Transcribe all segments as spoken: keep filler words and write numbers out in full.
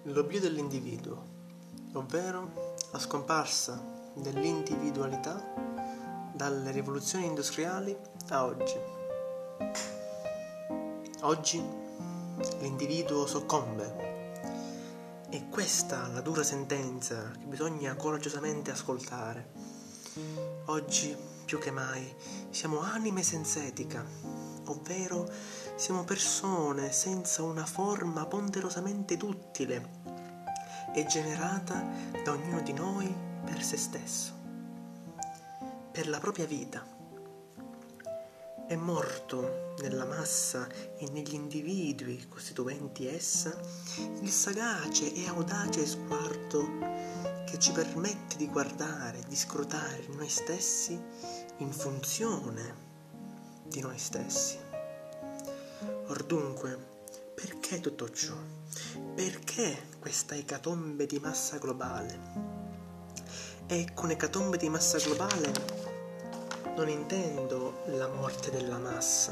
L'oblio dell'individuo, ovvero la scomparsa dell'individualità dalle rivoluzioni industriali a oggi. Oggi l'individuo soccombe. E questa è la dura sentenza che bisogna coraggiosamente ascoltare. Oggi, più che mai, siamo anime senza etica, ovvero siamo persone senza una forma ponderosamente duttile e generata da ognuno di noi per se stesso, per la propria vita. È morto nella massa e negli individui costituenti essa il sagace e audace sguardo che ci permette di guardare, di scrutare noi stessi in funzione di noi stessi. Or dunque, perché tutto ciò? Perché questa ecatombe di massa globale? E con ecatombe di massa globale non intendo la morte della massa.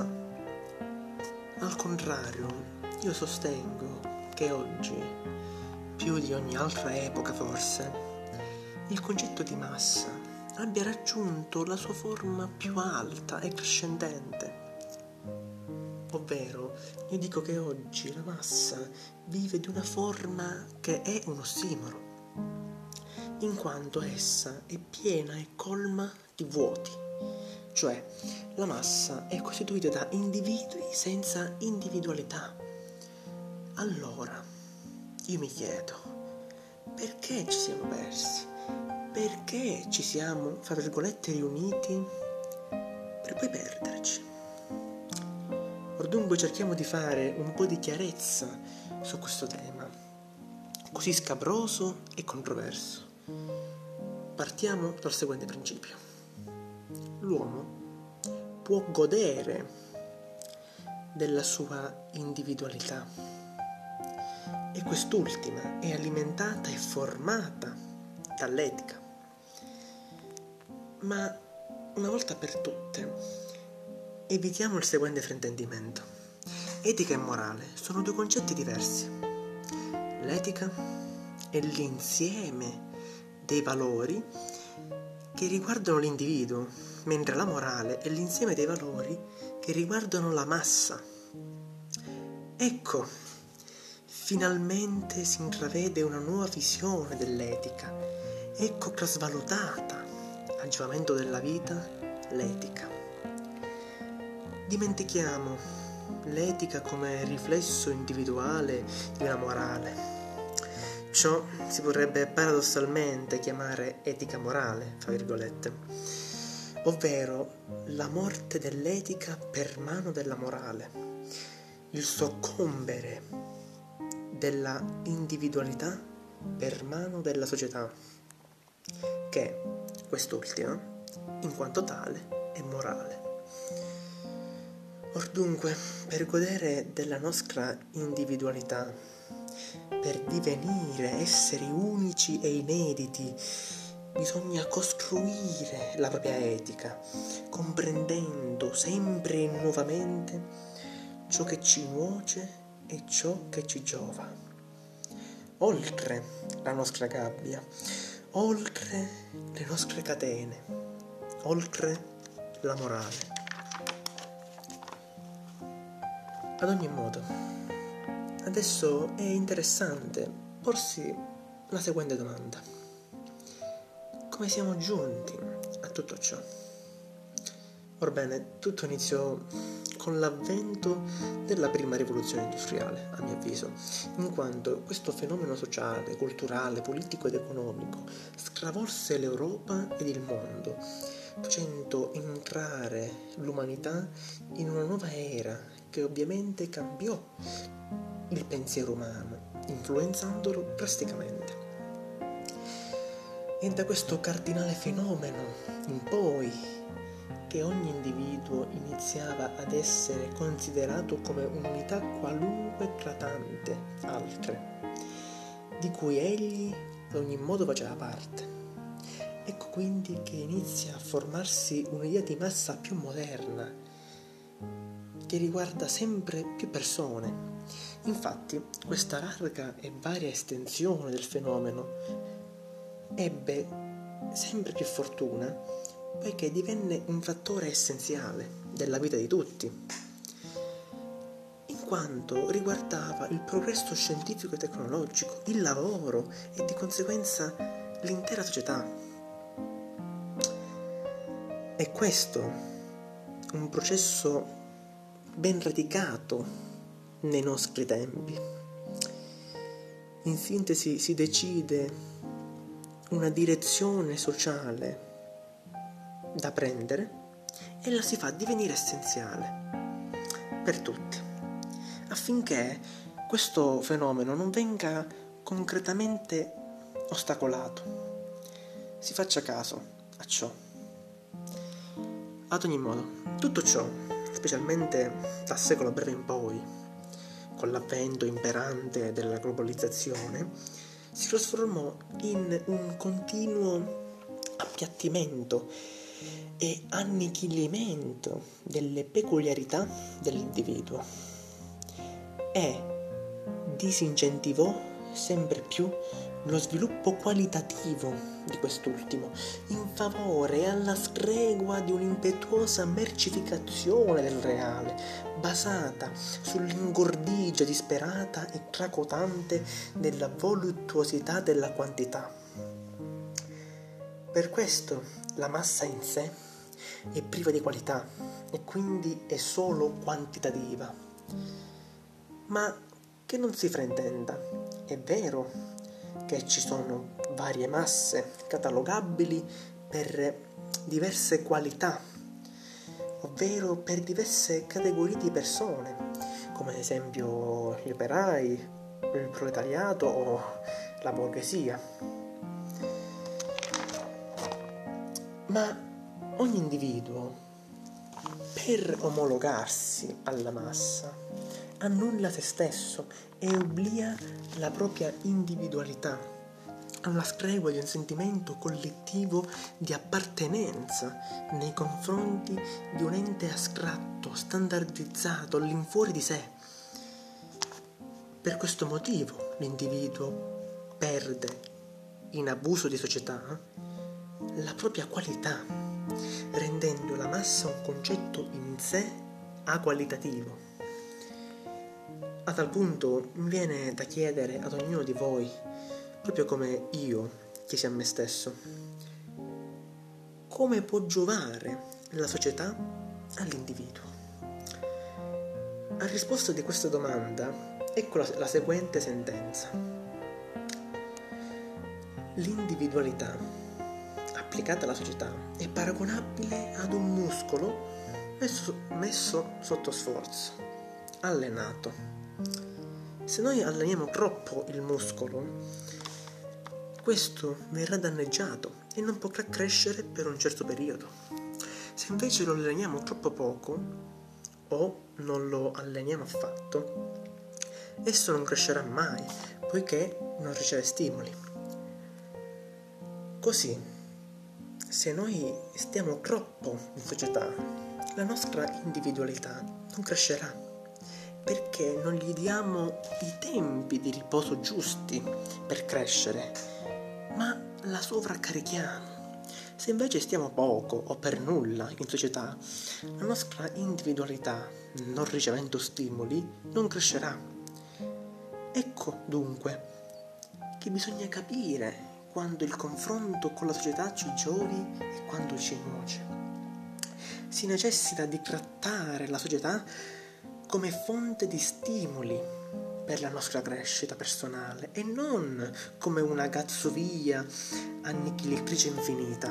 Al contrario, io sostengo che oggi, più di ogni altra epoca forse, il concetto di massa abbia raggiunto la sua forma più alta e crescendente. Ovvero, io dico che oggi la massa vive di una forma che è un ossimoro, in quanto essa è piena e colma di vuoti. Cioè, la massa è costituita da individui senza individualità. Allora, io mi chiedo, perché ci siamo persi? Perché ci siamo, fra virgolette, riuniti per poi perderci? Or dunque cerchiamo di fare un po' di chiarezza su questo tema, così scabroso e controverso. Partiamo dal seguente principio. L'uomo può godere della sua individualità e quest'ultima è alimentata e formata dall'etica. Ma una volta per tutte evitiamo il seguente fraintendimento. Etica e morale sono due concetti diversi. L'etica è l'insieme dei valori che riguardano l'individuo, mentre la morale è l'insieme dei valori che riguardano la massa. Ecco, finalmente si intravede una nuova visione dell'etica. Ecco trasvalutata, a giovamento della vita, l'etica. Dimentichiamo l'etica come riflesso individuale di una morale. Ciò si potrebbe paradossalmente chiamare etica morale, fra virgolette, ovvero la morte dell'etica per mano della morale, il soccombere della individualità per mano della società, che quest'ultima, in quanto tale, è morale. Or dunque, per godere della nostra individualità, per divenire esseri unici e inediti, bisogna costruire la propria etica, comprendendo sempre e nuovamente ciò che ci nuoce e ciò che ci giova. Oltre la nostra gabbia, oltre le nostre catene, oltre la morale. Ad ogni modo, adesso è interessante porsi la seguente domanda. Come siamo giunti a tutto ciò? Orbene, tutto iniziò con l'avvento della prima rivoluzione industriale, a mio avviso, in quanto questo fenomeno sociale, culturale, politico ed economico stravolse l'Europa ed il mondo, facendo entrare l'umanità in una nuova era che ovviamente cambiò il pensiero umano, influenzandolo drasticamente. È da questo cardinale fenomeno in poi che ogni individuo iniziava ad essere considerato come un'unità qualunque tra tante altre, di cui egli ad ogni modo faceva parte. Ecco quindi che inizia a formarsi un'idea di massa più moderna, che riguarda sempre più persone. Infatti, questa larga e varia estensione del fenomeno ebbe sempre più fortuna, poiché divenne un fattore essenziale della vita di tutti, in quanto riguardava il progresso scientifico e tecnologico, il lavoro e di conseguenza l'intera società. È questo un processo ben radicato nei nostri tempi. In sintesi, si decide una direzione sociale da prendere e la si fa divenire essenziale per tutti, affinché questo fenomeno non venga concretamente ostacolato. Si faccia caso a ciò. Ad ogni modo, tutto ciò, specialmente dal secolo breve in poi, con l'avvento imperante della globalizzazione, si trasformò in un continuo appiattimento e annichilimento delle peculiarità dell'individuo e disincentivò sempre più lo sviluppo qualitativo di quest'ultimo in favore e alla stregua di un'impetuosa mercificazione del reale, basata sull'ingordigia disperata e tracotante della voluttuosità della quantità. Per questo la massa in sé è priva di qualità e quindi è solo quantitativa. Ma che non si fraintenda, è vero che ci sono varie masse catalogabili per diverse qualità, ovvero per diverse categorie di persone, come ad esempio gli operai, il proletariato o la borghesia. Ma ogni individuo, per omologarsi alla massa, annulla se stesso e obblia la propria individualità alla stregua di un sentimento collettivo di appartenenza nei confronti di un ente astratto, standardizzato all'infuori di sé. Per questo motivo l'individuo perde, in abuso di società, la propria qualità, rendendo la massa un concetto in sé aqualitativo. A tal punto mi viene da chiedere ad ognuno di voi, proprio come io chiesi a me stesso, come può giovare la società all'individuo? A risposta di questa domanda, ecco la, la seguente sentenza. L'individualità applicata alla società è paragonabile ad un muscolo messo, messo sotto sforzo, allenato. Se noi alleniamo troppo il muscolo, questo verrà danneggiato e non potrà crescere per un certo periodo. Se invece lo alleniamo troppo poco o non lo alleniamo affatto, esso non crescerà mai, poiché non riceve stimoli. Così, se noi stiamo troppo in società, la nostra individualità non crescerà, perché non gli diamo i tempi di riposo giusti per crescere, ma la sovraccarichiamo. Se invece stiamo poco o per nulla in società, la nostra individualità, non ricevendo stimoli, non crescerà. Ecco dunque che bisogna capire quando il confronto con la società ci giovi e quando ci nuoce. Si necessita di trattare la società come fonte di stimoli per la nostra crescita personale e non come una gazzovia annichilatrice infinita.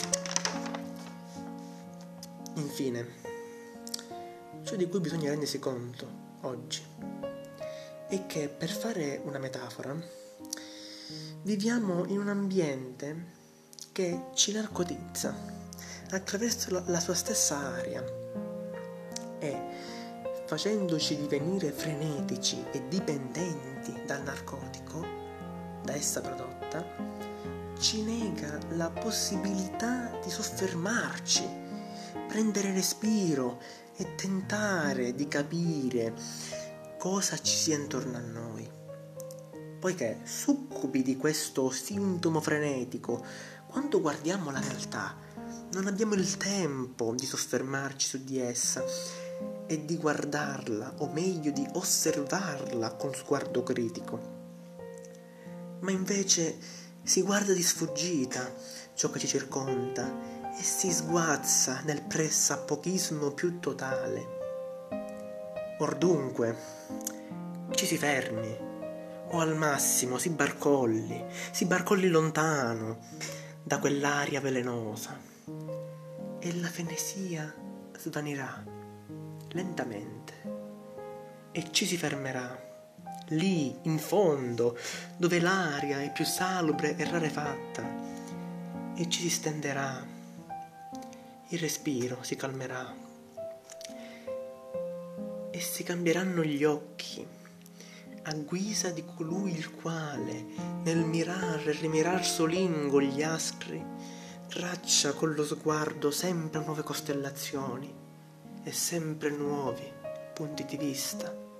Infine, ciò di cui bisogna rendersi conto oggi è che, per fare una metafora, viviamo in un ambiente che ci narcotizza attraverso la, la sua stessa aria e, facendoci divenire frenetici e dipendenti dal narcotico, da essa prodotta, ci nega la possibilità di soffermarci, prendere respiro e tentare di capire cosa ci sia intorno a noi. Poiché, succubi di questo sintomo frenetico, quando guardiamo la realtà, non abbiamo il tempo di soffermarci su di essa e di guardarla, o meglio di osservarla con sguardo critico. Ma invece si guarda di sfuggita ciò che ci circonda e si sguazza nel pressappochismo più totale. Or dunque, ci si fermi, o al massimo si barcolli, si barcolli lontano da quell'aria velenosa e la frenesia svanirà lentamente e ci si fermerà lì in fondo dove l'aria è più salubre e rarefatta e ci si stenderà, il respiro si calmerà e si cambieranno gli occhi a guisa di colui il quale, nel mirare e rimirar solingo gli astri, traccia con lo sguardo sempre nuove costellazioni e sempre nuovi punti di vista.